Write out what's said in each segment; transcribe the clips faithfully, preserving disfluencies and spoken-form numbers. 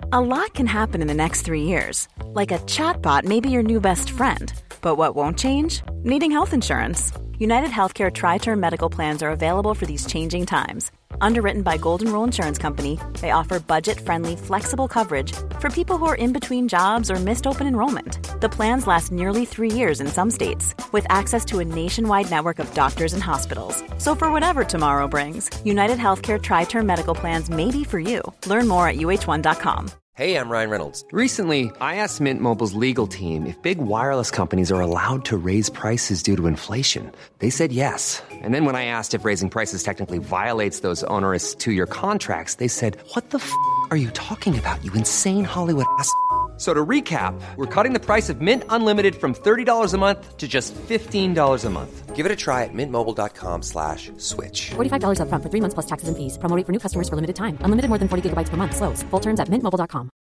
A lot can happen in the next three years. Like a chatbot may be your new best friend. But what won't change? Needing health insurance. United Healthcare Tri-Term Medical Plans are available for these changing times. Underwritten by Golden Rule Insurance Company, they offer budget-friendly, flexible coverage for people who are in between jobs or missed open enrollment. The plans last nearly three years in some states, with access to a nationwide network of doctors and hospitals. So for whatever tomorrow brings, United Healthcare Tri-Term Medical Plans may be for you. Learn more at U H one dot com. Hey, I'm Ryan Reynolds. Recently, I asked Mint Mobile's legal team if big wireless companies are allowed to raise prices due to inflation. They said yes. And then when I asked if raising prices technically violates those onerous two-year contracts, they said, what the f*** are you talking about, you insane Hollywood ass f- So to recap, we're cutting the price of Mint Unlimited from thirty dollars a month to just fifteen dollars a month. Give it a try at mintmobile.com slash switch. forty-five dollars up front for three months plus taxes and fees. Promo rate for new customers for limited time. Unlimited more than forty gigabytes per month. Slows full terms at mint mobile dot com.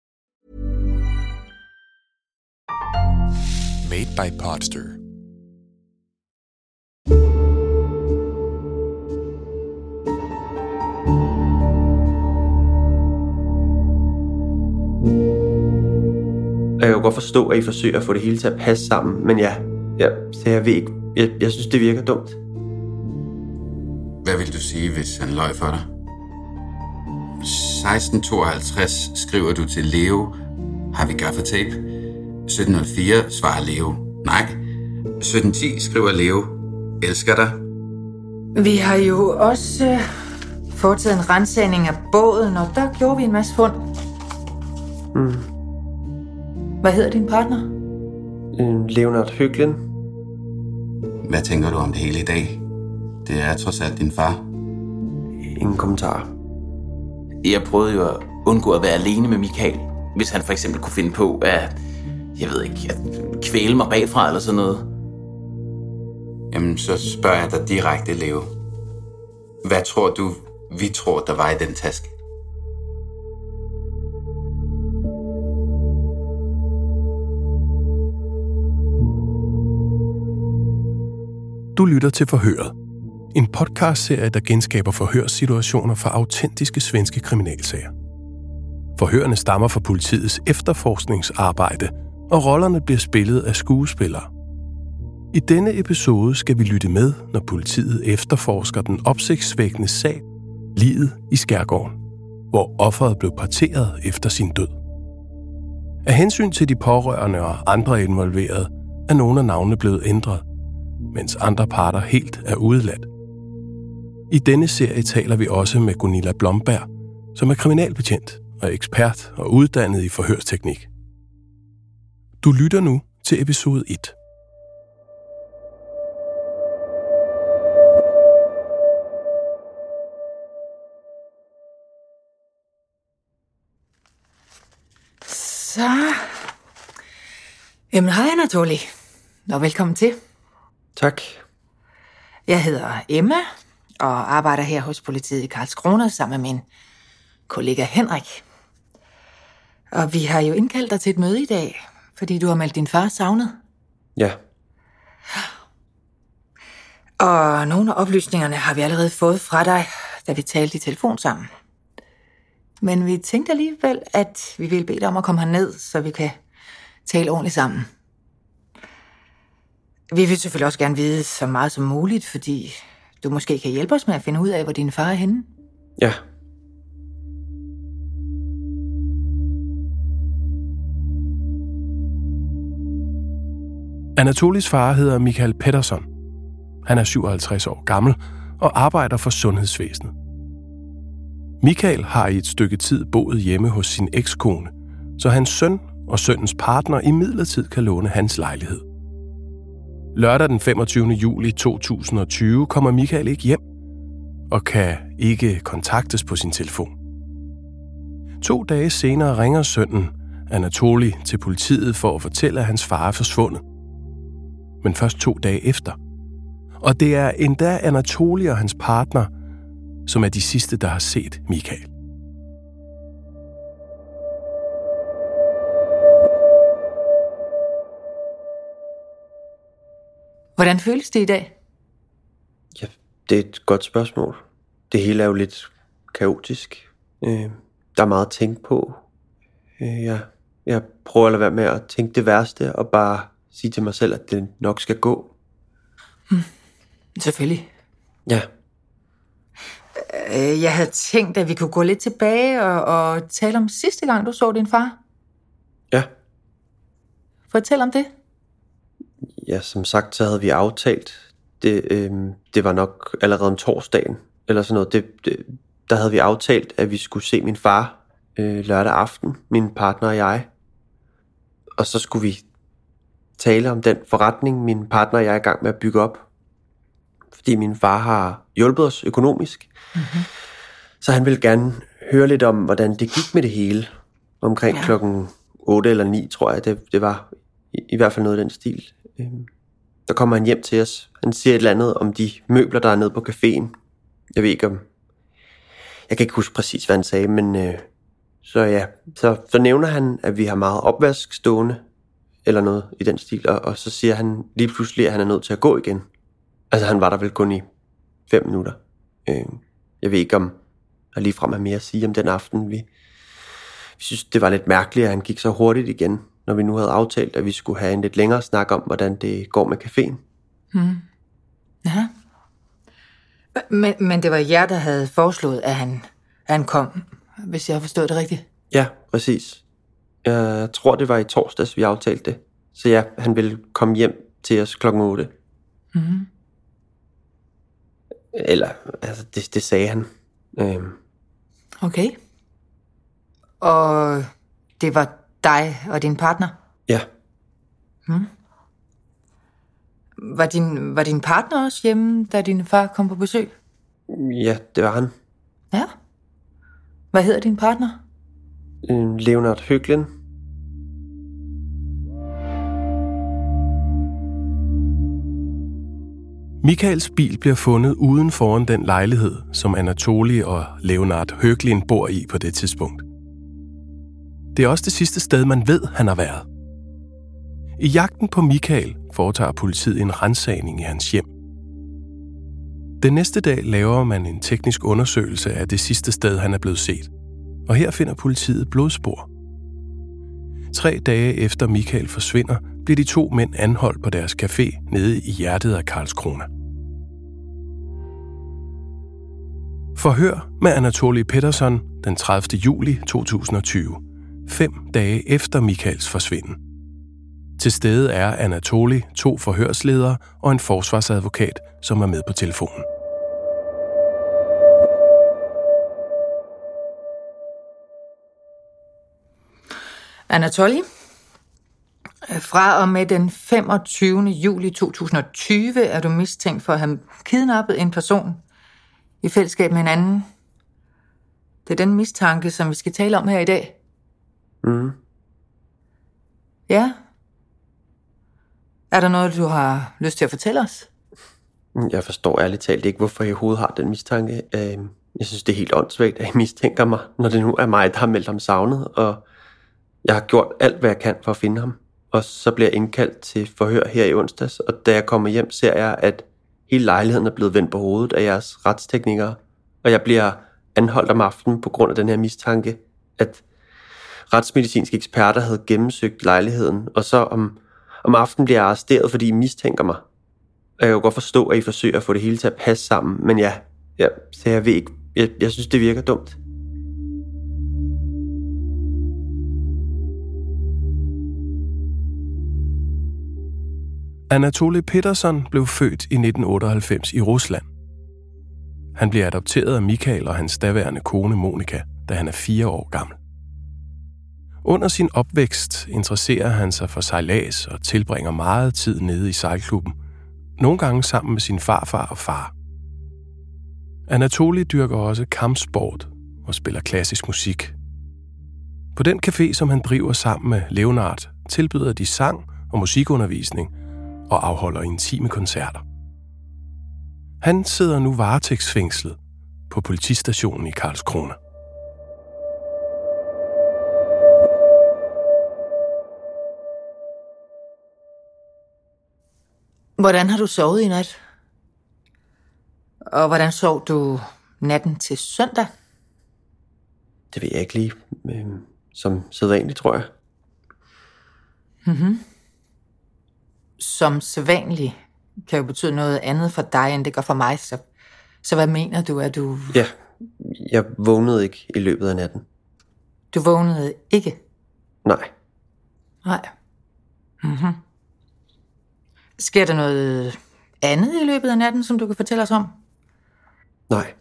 Made by Podster. Jeg kan godt forstå, at I forsøger at få det hele til at passe sammen, men ja, ja så jeg ved ikke. Jeg, jeg synes, det virker dumt. Hvad vil du sige, hvis han løj for dig? seksten tooghalvtreds skriver du til Leo, har vi gaffatape? sytten nul fire svarer Leo, nej. sytten ti skriver Leo, elsker dig. Vi har jo også øh, foretaget en ransagning af båden, og der gjorde vi en masse fund. Mm. Hvad hedder din partner? Leonard Høglen. Hvad tænker du om det hele i dag? Det er trods alt din far. Ingen kommentar. Jeg prøvede jo at undgå at være alene med Michael, hvis han for eksempel kunne finde på at, jeg ved ikke, at kvæle mig bagfra eller sådan noget. Jamen, så spørger jeg dig direkte, Leo. Hvad tror du, vi tror, der var i den taske? Du lytter til Forhøret. En podcastserie, der genskaber forhørssituationer fra autentiske svenske kriminalsager. Forhørene stammer fra politiets efterforskningsarbejde, og rollerne bliver spillet af skuespillere. I denne episode skal vi lytte med, når politiet efterforsker den opsigtsvækkende sag, liget i Skærgården, hvor offeret blev parteret efter sin død. Af hensyn til de pårørende og andre involverede, er nogle af navnene blevet ændret, mens andre parter helt er udeladt. I denne serie taler vi også med Gunilla Blomberg, som er kriminalbetjent og ekspert og uddannet i forhørsteknik. Du lytter nu til episode et. Så. Jamen, hej Anatoly. Og velkommen til. Tak. Jeg hedder Emma og arbejder her hos politiet i Karlskrona sammen med min kollega Henrik. Og vi har jo indkaldt dig til et møde i dag, fordi du har meldt din far savnet. Ja. Og nogle af oplysningerne har vi allerede fået fra dig, da vi talte i telefon sammen. Men vi tænkte alligevel, at vi ville bede dig om at komme herned, så vi kan tale ordentligt sammen. Vi vil selvfølgelig også gerne vide så meget som muligt, fordi du måske kan hjælpe os med at finde ud af, hvor din far er henne. Ja. Anatolys far hedder Michael Pettersson. Han er syvoghalvtreds år gammel og arbejder for sundhedsvæsenet. Michael har i et stykke tid boet hjemme hos sin ekskone, så hans søn og sønnens partner imidlertid kan låne hans lejlighed. Lørdag den femogtyvende juli to tusind og tyve kommer Michael ikke hjem og kan ikke kontaktes på sin telefon. To dage senere ringer sønnen, Anatoly, til politiet for at fortælle, at hans far er forsvundet. Men først to dage efter. Og det er endda Anatoly og hans partner, som er de sidste, der har set Michael. Hvordan føles det i dag? Ja, det er et godt spørgsmål. Det hele er jo lidt kaotisk. Øh, der er meget at tænke på. Jeg, jeg prøver at lade være med at tænke det værste, og bare sige til mig selv, at det nok skal gå. Hmm. Selvfølgelig. Ja. Jeg havde tænkt, at vi kunne gå lidt tilbage og, og tale om sidste gang, du så din far. Ja. Fortæl om det. Ja, som sagt, så havde vi aftalt, det, øh, det var nok allerede om torsdagen, eller sådan noget, det, det, der havde vi aftalt, at vi skulle se min far øh, lørdag aften, min partner og jeg. Og så skulle vi tale om den forretning, min partner og jeg er i gang med at bygge op. Fordi min far har hjulpet os økonomisk. Mm-hmm. Så han ville gerne høre lidt om, hvordan det gik med det hele. Omkring ja. klokken otte eller ni, tror jeg, det, det var i, i hvert fald noget af den stil. Øhm, der kommer han hjem til os. Han siger et eller andet om de møbler, der er nede på caféen. Jeg ved ikke om... Jeg kan ikke huske præcis, hvad han sagde, men... Øh, så ja, så, så nævner han, at vi har meget opvask stående, eller noget i den stil, og, og så siger han lige pludselig, at han er nødt til at gå igen. Altså, han var der vel kun i fem minutter. Øh, jeg ved ikke, om der ligefrem er mere at sige om den aften. Vi, vi synes, det var lidt mærkeligt, at han gik så hurtigt igen, når vi nu havde aftalt, at vi skulle have en lidt længere snak om, hvordan det går med caféen. Hmm. Ja. Men, men det var jer, der havde foreslået, at han, at han kom, hvis jeg har forstået det rigtigt. Ja, præcis. Jeg tror, det var i torsdags, vi aftalte det. Så ja, han ville komme hjem til os klokken otte. Mm-hmm. Eller, altså, det, det sagde han. Øhm. Okay. Og det var dig og din partner? Ja. Hmm. Var din, var din partner også hjemme, da din far kom på besøg? Ja, det var han. Ja. Hvad hedder din partner? Leonard Høglen. Michaels bil bliver fundet uden foran den lejlighed, som Anatoli og Leonard Høglin bor i på det tidspunkt. Det er også det sidste sted, man ved, han har været. I jagten på Michael foretager politiet en ransagning i hans hjem. Den næste dag laver man en teknisk undersøgelse af det sidste sted, han er blevet set. Og her finder politiet blodspor. Tre dage efter Michael forsvinder, bliver de to mænd anholdt på deres café nede i hjertet af Karlskrona. Forhør med Anatoli Pettersson den tredivte juli to tusind og tyve, fem dage efter Michaels forsvinden. Til stede er Anatoli, to forhørsledere og en forsvarsadvokat, som er med på telefonen. Anatoli, fra og med den femogtyvende juli to tusind og tyve er du mistænkt for at have kidnappet en person i fællesskab med en anden. Det er den mistanke, som vi skal tale om her i dag. Mm. Ja. Er der noget, du har lyst til at fortælle os? Jeg forstår ærligt talt ikke, hvorfor jeg i hovedet har den mistanke. Jeg synes, det er helt åndssvagt, at I mistænker mig, når det nu er mig, der har meldt ham savnet, og jeg har gjort alt, hvad jeg kan for at finde ham. Og så bliver jeg indkaldt til forhør her i onsdags, og da jeg kommer hjem, ser jeg, at hele lejligheden er blevet vendt på hovedet af jeres retsteknikere, og jeg bliver anholdt om aftenen på grund af den her mistanke, at retsmedicinske eksperter havde gennemsøgt lejligheden, og så om, om aftenen bliver jeg arresteret, fordi I mistænker mig. Og jeg kan jo godt forstå, at I forsøger at få det hele til at passe sammen, men ja, ja så jeg ved ikke, jeg, jeg synes, det virker dumt. Anatoli Pettersson blev født i nitten otteoghalvfems i Rusland. Han bliver adopteret af Michael og hans daværende kone Monika, da han er fire år gammel. Under sin opvækst interesserer han sig for sejlads og tilbringer meget tid nede i sejlklubben, nogle gange sammen med sin farfar og far. Anatoli dyrker også kampsport og spiller klassisk musik. På den café, som han driver sammen med Leonard, tilbyder de sang og musikundervisning og afholder intime koncerter. Han sidder nu varetægtsfængslet på politistationen i Karlskrona. Hvordan har du sovet i nat? Og hvordan sov du natten til søndag? Det ved jeg ikke lige. som sædvanligt, tror jeg. Mhm. Som sædvanligt kan jo betyde noget andet for dig, end det gør for mig. Så, så hvad mener du, at du... Ja, jeg vågnede ikke i løbet af natten. Du vågnede ikke? Nej. Nej. Mhm. Sker der noget andet i løbet af natten, som du kan fortælle os om? Nej.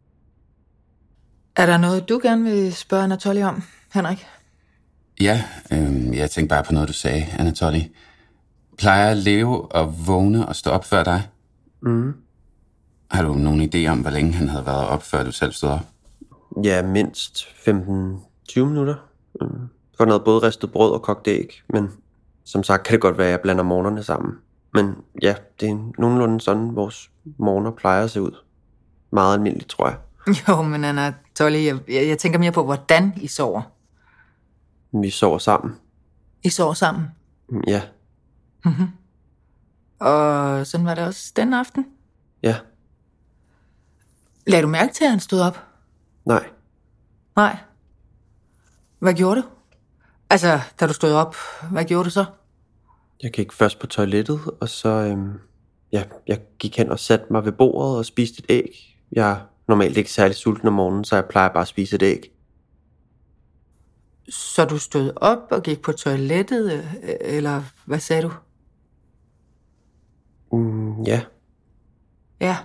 Er der noget, du gerne vil spørge Anatoly om, Henrik? Ja, øh, jeg tænkte bare på noget, du sagde, Anatoly. Plejer Leo at vågne og stå op før dig? Mm. Har du nogen idé om, hvor længe han havde været op, før du selv stod op? Ja, mindst femten til tyve minutter. Mm. For noget både ristet brød og kogt æg, men som sagt kan det godt være, at jeg blander morgenerne sammen. Men ja, det er nogenlunde sådan, vores morgener plejer at se ud. Meget almindeligt, tror jeg. Jo, men Anatoly, jeg, jeg, jeg tænker mere på, hvordan I sover. Vi sover sammen. I sover sammen? Ja. Mhm. Og sådan var det også den aften? Ja. Lagde du mærke til, at han stod op? Nej. Nej. Hvad gjorde du? Altså, da du stod op, hvad gjorde du så? Jeg gik først på toilettet, og så... Øhm, ja, jeg gik hen og satte mig ved bordet og spiste et æg. Jeg er normalt ikke særlig sulten om morgenen, så jeg plejer bare at spise et æg. Så du stod op og gik på toilettet, eller hvad sagde du? Mm, ja. Ja.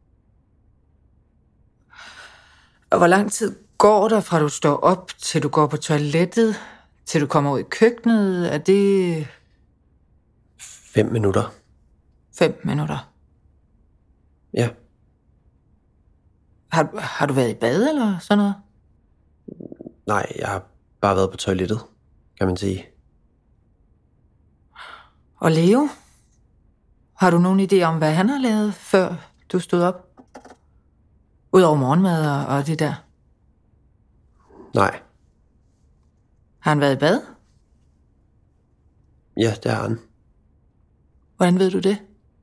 Og hvor lang tid går der, fra du står op, til du går på toilettet, til du kommer ud i køkkenet? Er det... Fem minutter. Fem minutter? Ja. Har, har du været i bad eller sådan noget? Nej, jeg har bare været på toilettet, kan man sige. Og Leo? Har du nogen idé om, hvad han har lavet, før du stod op? Udover morgenmad og, og det der? Nej. Har han været i bad? Ja, det har han. Hvordan ved du det?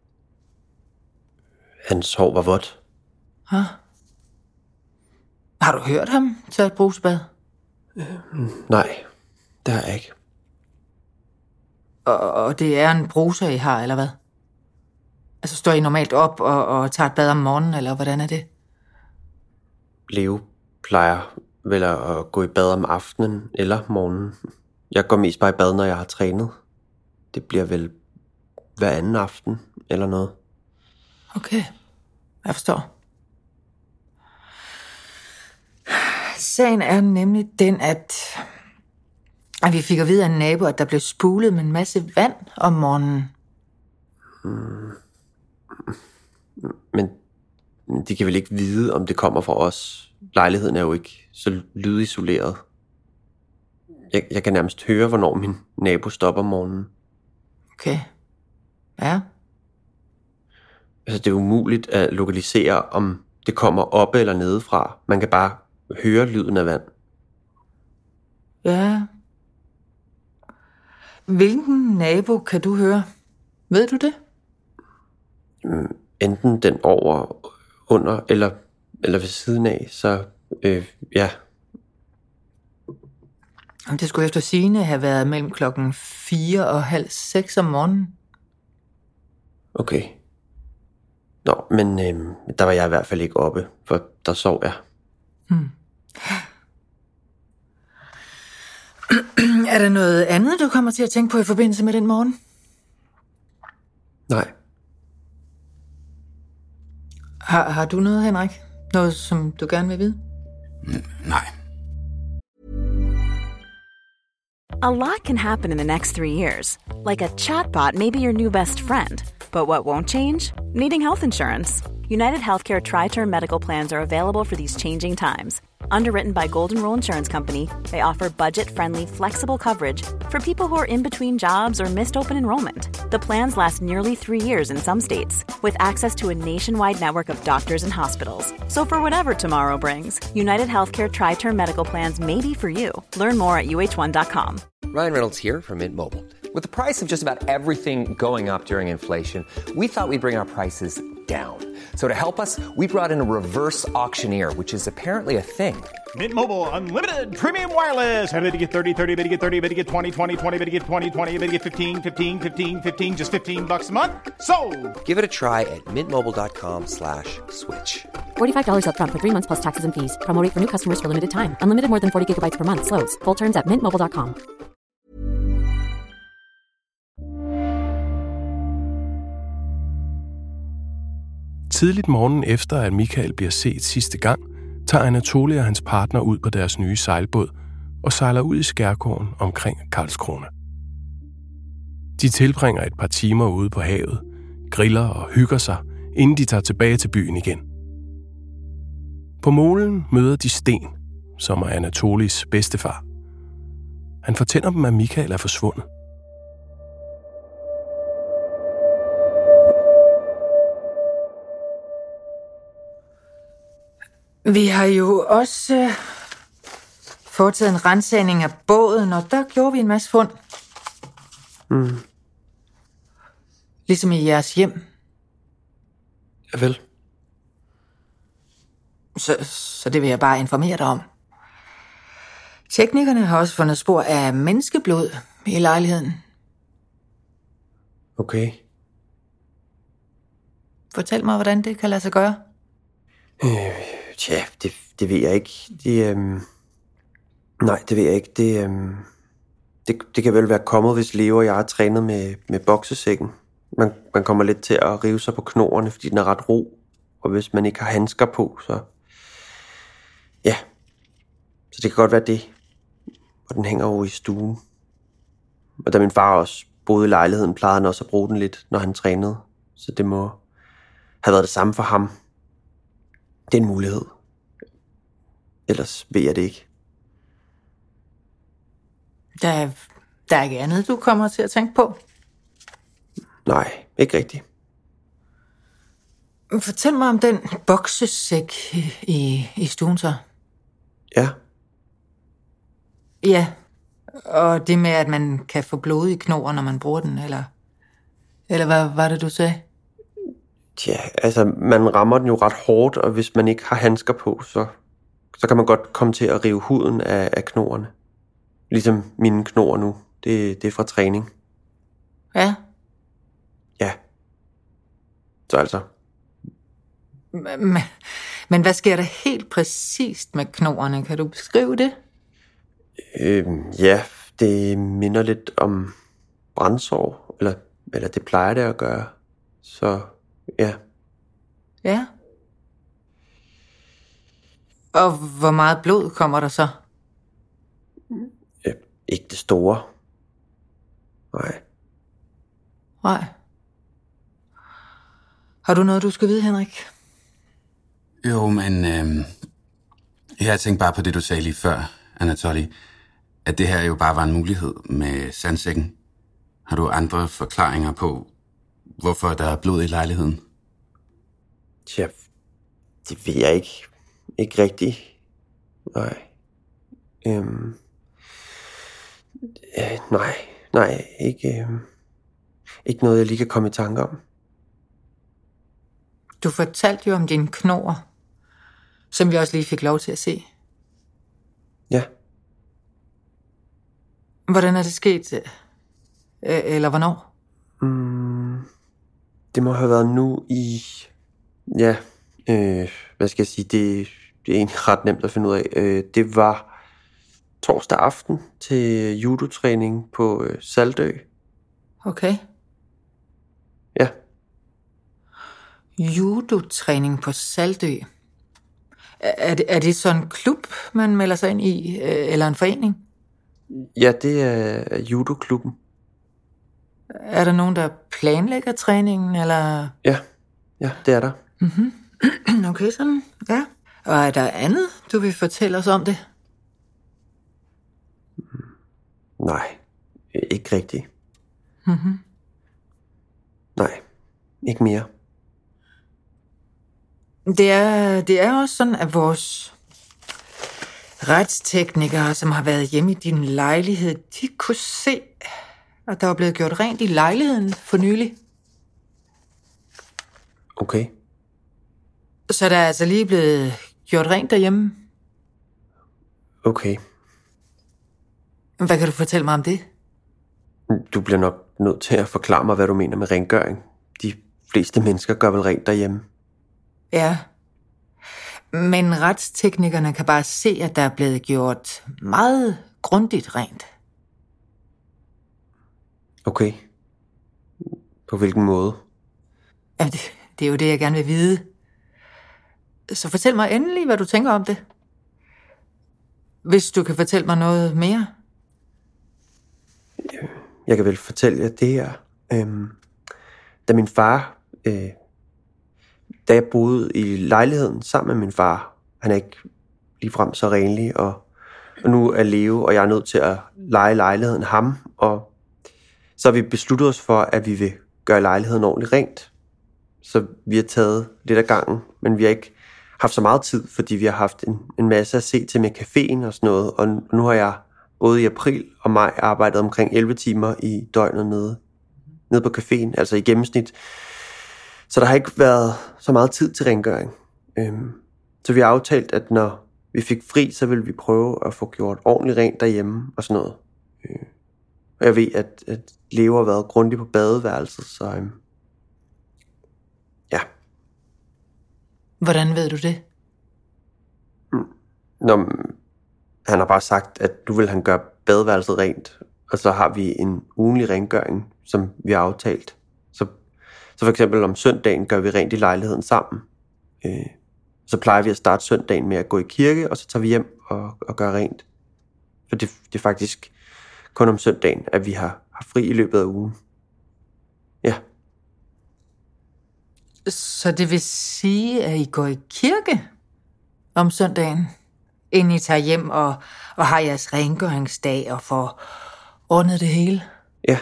Hans hår var vådt. Ha? Har du hørt ham tage et brusebad? Øh, nej, det har jeg ikke. Og, og det er en bruser, I har, eller hvad? Altså står I normalt op og, og tager et bad om morgenen, eller hvordan er det? Leo plejer vel at gå i bad om aftenen eller morgenen. Jeg går mest bare i bad, når jeg har trænet. Det bliver vel hver anden aften eller noget. Okay, jeg forstår. Sagen er nemlig den, at, at vi fik at vide af en nabo, at der blev spulet med en masse vand om morgenen. Hmm. Men de kan vel ikke vide, om det kommer fra os. Lejligheden er jo ikke så lydisoleret. Jeg, jeg kan nærmest høre, hvornår min nabo stopper om morgenen. Okay. Ja. Altså, det er umuligt at lokalisere, om det kommer oppe eller nedefra. Man kan bare høre lyden af vand. Ja. Hvilken nabo kan du høre? Ved du det? Enten den over, under eller, eller ved siden af, så øh, ja. Det skulle efter sigende have været mellem klokken fire og halv seks om morgenen. Okay. Nå, men øh, der var jeg i hvert fald ikke oppe, for der sov jeg. Hmm. Er der noget andet, du kommer til at tænke på i forbindelse med den morgen? Nej. Har, har du noget, Henrik? Noget, som du gerne vil vide? Nej. A lot can happen in the next three years. Like a chatbot may be your new best friend. But what won't change? Needing health insurance. United Healthcare Tri-Term Medical Plans are available for these changing times. Underwritten by Golden Rule Insurance Company, they offer budget-friendly, flexible coverage for people who are in between jobs or missed open enrollment. The plans last nearly three years in some states, with access to a nationwide network of doctors and hospitals. So for whatever tomorrow brings, United Healthcare Tri-Term Medical Plans may be for you. Learn more at U H one dot com. Ryan Reynolds here from Mint Mobile. With the price of just about everything going up during inflation, we thought we'd bring our prices down. So to help us, we brought in a reverse auctioneer, which is apparently a thing. Mint Mobile Unlimited Premium Wireless. How to get thirty, thirty, how to get thirty, how to get twenty, twenty, twenty, how to get twenty, twenty, how to get fifteen, fifteen, fifteen, fifteen, just fifteen bucks a month? Sold! Give it a try at mintmobile.com slash switch. forty-five dollars up front for three months plus taxes and fees. Promo rate for new customers for limited time. Unlimited more than forty gigabytes per month. Slows full terms at mint mobile dot com. Tidligt morgenen efter, at Michael bliver set sidste gang, tager Anatoly og hans partner ud på deres nye sejlbåd og sejler ud i skærgården omkring Karlskrona. De tilbringer et par timer ude på havet, griller og hygger sig, inden de tager tilbage til byen igen. På molen møder de Sten, som er Anatolys bedstefar. Han fortæller dem, at Michael er forsvundet. Vi har jo også øh, foretaget en ransagning af båden, og der gjorde vi en masse fund. Mm. Ligesom i jeres hjem. Ja vel. Så, så det vil jeg bare informere dig om. Teknikerne har også fundet spor af menneskeblod i lejligheden. Okay. Fortæl mig, hvordan det kan lade sig gøre. Øh, tja, det, det ved jeg ikke. Det, øhm... Nej, det ved jeg ikke. Det, øhm... det, det kan vel være kommet, hvis Leo og jeg har trænet med, med boksesækken. Man, man kommer lidt til at rive sig på knoerne, fordi den er ret ro. Og hvis man ikke har handsker på, så... Ja. Så det kan godt være det. Og den hænger jo i stuen. Og da min far også boede i lejligheden, plejede han også at bruge den lidt, når han trænede. Så det må have været det samme for ham. Det er en mulighed. Ellers ved jeg det ikke. Der, der er ikke andet, du kommer til at tænke på? Nej, ikke rigtigt. Fortæl mig om den boksesæk i, i stuen så. Ja. Ja, og det med, at man kan få blod i knoer, når man bruger den, eller, eller hvad var det, du sagde? Tja, altså, man rammer den jo ret hårdt, og hvis man ikke har handsker på, så, så kan man godt komme til at rive huden af, af knoerne. Ligesom mine knor nu. Det, det er fra træning. Ja. Ja. Så altså. Men, men hvad sker der helt præcist med knoerne? Kan du beskrive det? Øhm, ja, det minder lidt om brandsår, eller, eller det plejer det at gøre. Så ja. Ja. Og hvor meget blod kommer der så? Øh, ikke det store. Nej. Nej. Har du noget, du skal vide, Henrik? Jo, men øh, jeg tænkte bare på det, du sagde lige før, Anatoly, at det her jo bare var en mulighed med sandsækken. Har du andre forklaringer på, hvorfor der er blod i lejligheden? Tja, det ved jeg ikke. Ikke rigtigt. Nej. Øhm. Øh, nej, nej, ikke, øh, ikke noget, jeg lige kan komme i tanke om. Du fortalte jo om dine knor, som vi også lige fik lov til at se. Ja. Hvordan er det sket? Eller hvornår? Mm, det må have været nu i... Ja, øh, hvad skal jeg sige? Det, det er egentlig ret nemt at finde ud af. Øh, det var torsdag aften til judotræning på øh, Saltø. Okay. Ja. Judotræning på Saltø. Er det, er det sådan en klub, man melder sig ind i, eller en forening? Ja, det er judoklubben. Er der nogen, der planlægger træningen, eller? Ja, ja, det er der. Mm-hmm. Okay, sådan, ja. Og er der andet, du vil fortælle os om det? Nej, ikke rigtigt. Mm-hmm. Nej, ikke mere. Det er, det er også sådan, at vores retsteknikere, som har været hjemme i din lejlighed, de kunne se, at der var blevet gjort rent i lejligheden for nylig. Okay. Så der er altså lige blevet gjort rent derhjemme? Okay. Hvad kan du fortælle mig om det? Du bliver nok nødt til at forklare mig, hvad du mener med rengøring. De fleste mennesker gør vel rent derhjemme. Ja. Men retsteknikerne kan bare se, at der er blevet gjort meget grundigt rent. Okay. På hvilken måde? Jamen, det, det er jo det, jeg gerne vil vide. Så fortæl mig endelig, hvad du tænker om det. Hvis du kan fortælle mig noget mere. Jeg kan vel fortælle jer det her. Øhm, da min far... Øh, da jeg boede i lejligheden sammen med min far, han er ikke ligefrem så renlig, og, og nu er Leo, og jeg er nødt til at leje lejligheden ham, og så har vi besluttet os for, at vi vil gøre lejligheden ordentligt rent. Så vi har taget lidt af gangen, men vi har ikke haft så meget tid, fordi vi har haft en, en masse at se til med caféen og sådan noget, og nu har jeg både i april og maj arbejdet omkring elleve timer i døgnet nede, nede på caféen, altså i gennemsnit. Så der har ikke været så meget tid til rengøring. Øhm, så vi har aftalt, at når vi fik fri, så ville vi prøve at få gjort ordentligt rent derhjemme og sådan noget. Øh, og jeg ved, at, at Leo har været grundig på badeværelset, så øhm, ja. Hvordan ved du det? Mm. Nå, han har bare sagt, at nu vil han gøre badeværelset rent, og så har vi en ugenlig rengøring, som vi har aftalt. Så Så for eksempel om søndagen gør vi rent i lejligheden sammen. Øh, så plejer vi at starte søndagen med at gå i kirke, og så tager vi hjem og, og gør rent. For det, det er faktisk kun om søndagen, at vi har, har fri i løbet af ugen. Ja. Så det vil sige, at I går i kirke om søndagen, inden I tager hjem og, og har jeres rengøringsdag og får ordnet det hele? Ja.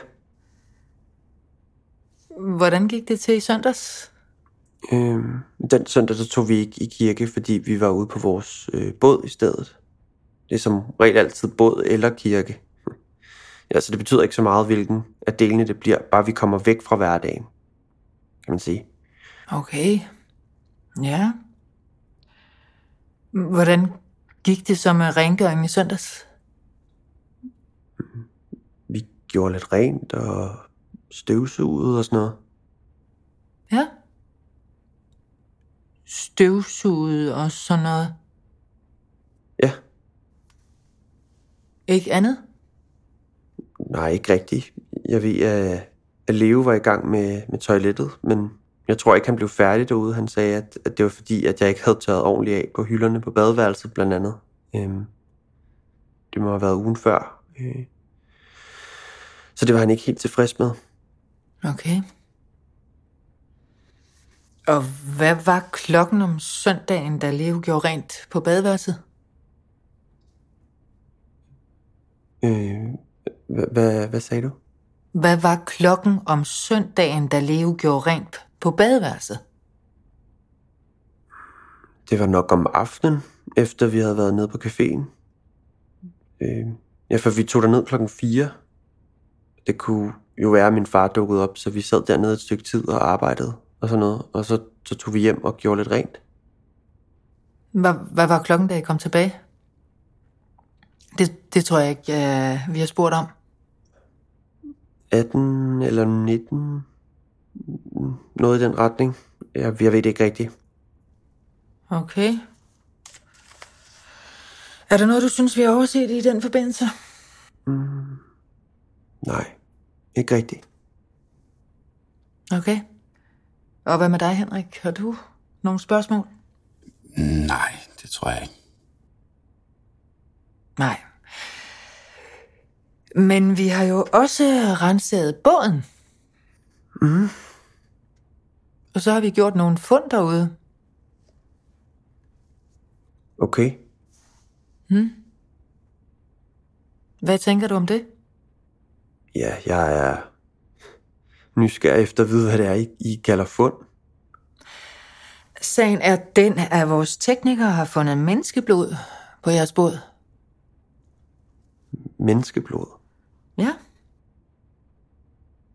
Hvordan gik det til i søndags? Øhm, den søndag så tog vi ikke i kirke, fordi vi var ude på vores øh, båd i stedet. Det er som regel altid båd eller kirke. Ja, så det betyder ikke så meget, hvilken af delene det bliver, bare vi kommer væk fra hverdagen, kan man sige. Okay. Ja. Hvordan gik det så med rengøringen i søndags? Vi gjorde lidt rent og støvsuget og sådan noget. Ja. Støvsuget og sådan noget? Ja. Ikke andet? Nej, ikke rigtigt. Jeg ved, at Leo var i gang med, med toilettet, men jeg tror ikke, han blev færdig derude. Han sagde, at, at det var fordi, at jeg ikke havde tørret ordentligt af på hylderne på badeværelset, blandt andet. Øhm, det må have været ugen før. Øh. Så det var han ikke helt tilfreds med. Okay. Og hvad var klokken om søndagen, da Leo gjorde rent på badeværelset? Øh, hvad, hvad sagde du? Hvad var klokken om søndagen, da Leo gjorde rent på badeværelset? Det var nok om aftenen, efter vi havde været nede på caféen. Øh, ja, for vi tog derned klokken fire. Det kunne jo være, at min far dukkede op, så vi sad dernede et stykke tid og arbejdede og sådan noget. Og så, så tog vi hjem og gjorde lidt rent. Hvad, hvad var klokken, da I kom tilbage? Det, det tror jeg ikke, uh, vi har spurgt om. atten eller nitten. Noget i den retning. Jeg, jeg ved det ikke rigtigt. Okay. Er der noget, du synes, vi har overset i den forbindelse? Mm, nej, ikke rigtigt. Okay. Og hvad med dig, Henrik? Har du nogle spørgsmål? Nej, det tror jeg ikke. Nej. Men vi har jo også renset båden. Mm. Og så har vi gjort nogle fund derude. Okay. Hmm. Hvad tænker du om det? Ja, jeg er nysgerrig efter at vide, hvad det er, I, I kalder fund. Sagen er den, at vores teknikere har fundet menneskeblod på jeres båd. Menneskeblod? Ja.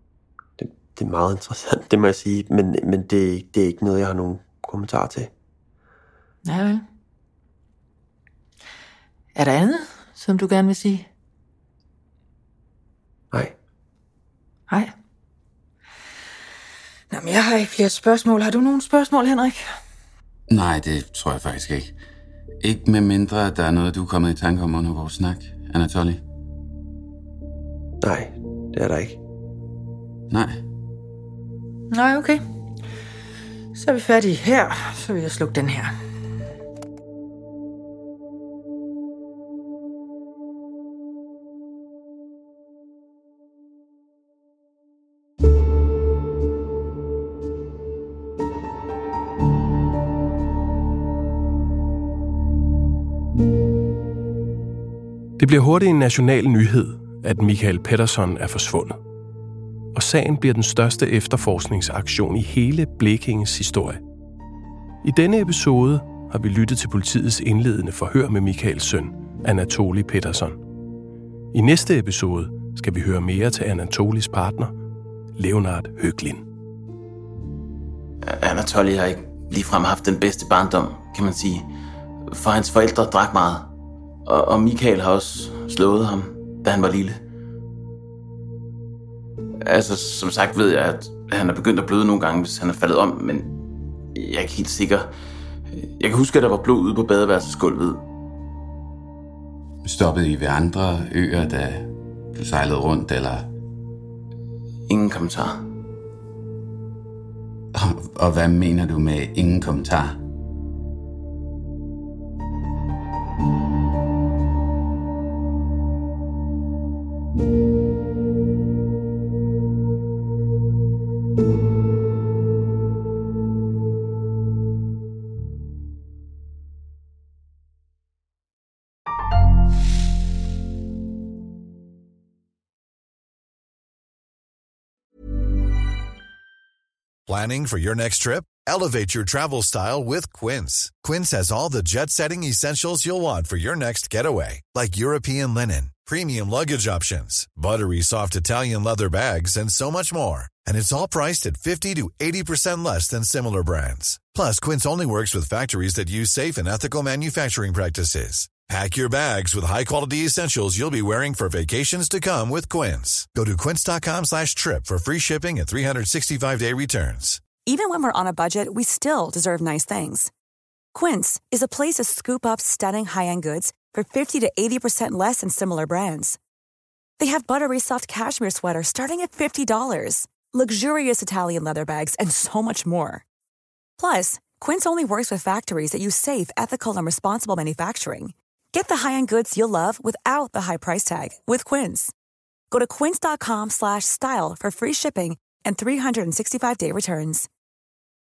Det, det er meget interessant, det må jeg sige, men, men det, det er ikke noget, jeg har nogen kommentar til. Ja, vel. Er der andet, som du gerne vil sige? Nej. Nej. Nå, men jeg har ikke flere spørgsmål. Har du nogle spørgsmål, Henrik? Nej, det tror jeg faktisk ikke. Ikke med mindre, at der er noget, du er kommet i tanke om under vores snak, Anatoly. Nej, det er der ikke. Nej. Nej, okay. Så er vi færdige her. Så vil jeg slukke den her. Det bliver hurtigt en national nyhed, at Mikael Pettersson er forsvundet. Og sagen bliver den største efterforskningsaktion i hele Blekinges historie. I denne episode har vi lyttet til politiets indledende forhør med Mikaels søn, Anatoly Pettersson. I næste episode skal vi høre mere til Anatolys partner, Leonard Höglin. Anatoly har ikke ligefrem haft den bedste barndom, kan man sige. For hans forældre drak meget. Og, og Mikael har også slået ham, da han var lille. Altså, som sagt ved jeg, at han er begyndt at bløde nogle gange, hvis han er faldet om, men jeg er ikke helt sikker. Jeg kan huske, at der var blod ude på badeværelsesgulvet. Stoppede I ved andre øer, da du sejlede rundt, eller? Ingen kommentar. Og, og hvad mener du med ingen kommentar? Planning for your next trip? Elevate your travel style with Quince. Quince has all the jet-setting essentials you'll want for your next getaway, like European linen, premium luggage options, buttery soft Italian leather bags, and so much more. And it's all priced at fifty to eighty percent less than similar brands. Plus, Quince only works with factories that use safe and ethical manufacturing practices. Pack your bags with high-quality essentials you'll be wearing for vacations to come with Quince. Go to quince.com slash trip for free shipping and three sixty-five day returns. Even when we're on a budget, we still deserve nice things. Quince is a place to scoop up stunning high-end goods for fifty to eighty percent less than similar brands. They have buttery soft cashmere sweaters starting at fifty dollars, luxurious Italian leather bags, and so much more. Plus, Quince only works with factories that use safe, ethical, and responsible manufacturing. Get the high-end goods you'll love without the high price tag with Quince. Go to quince.com slash style for free shipping and three sixty-five day returns.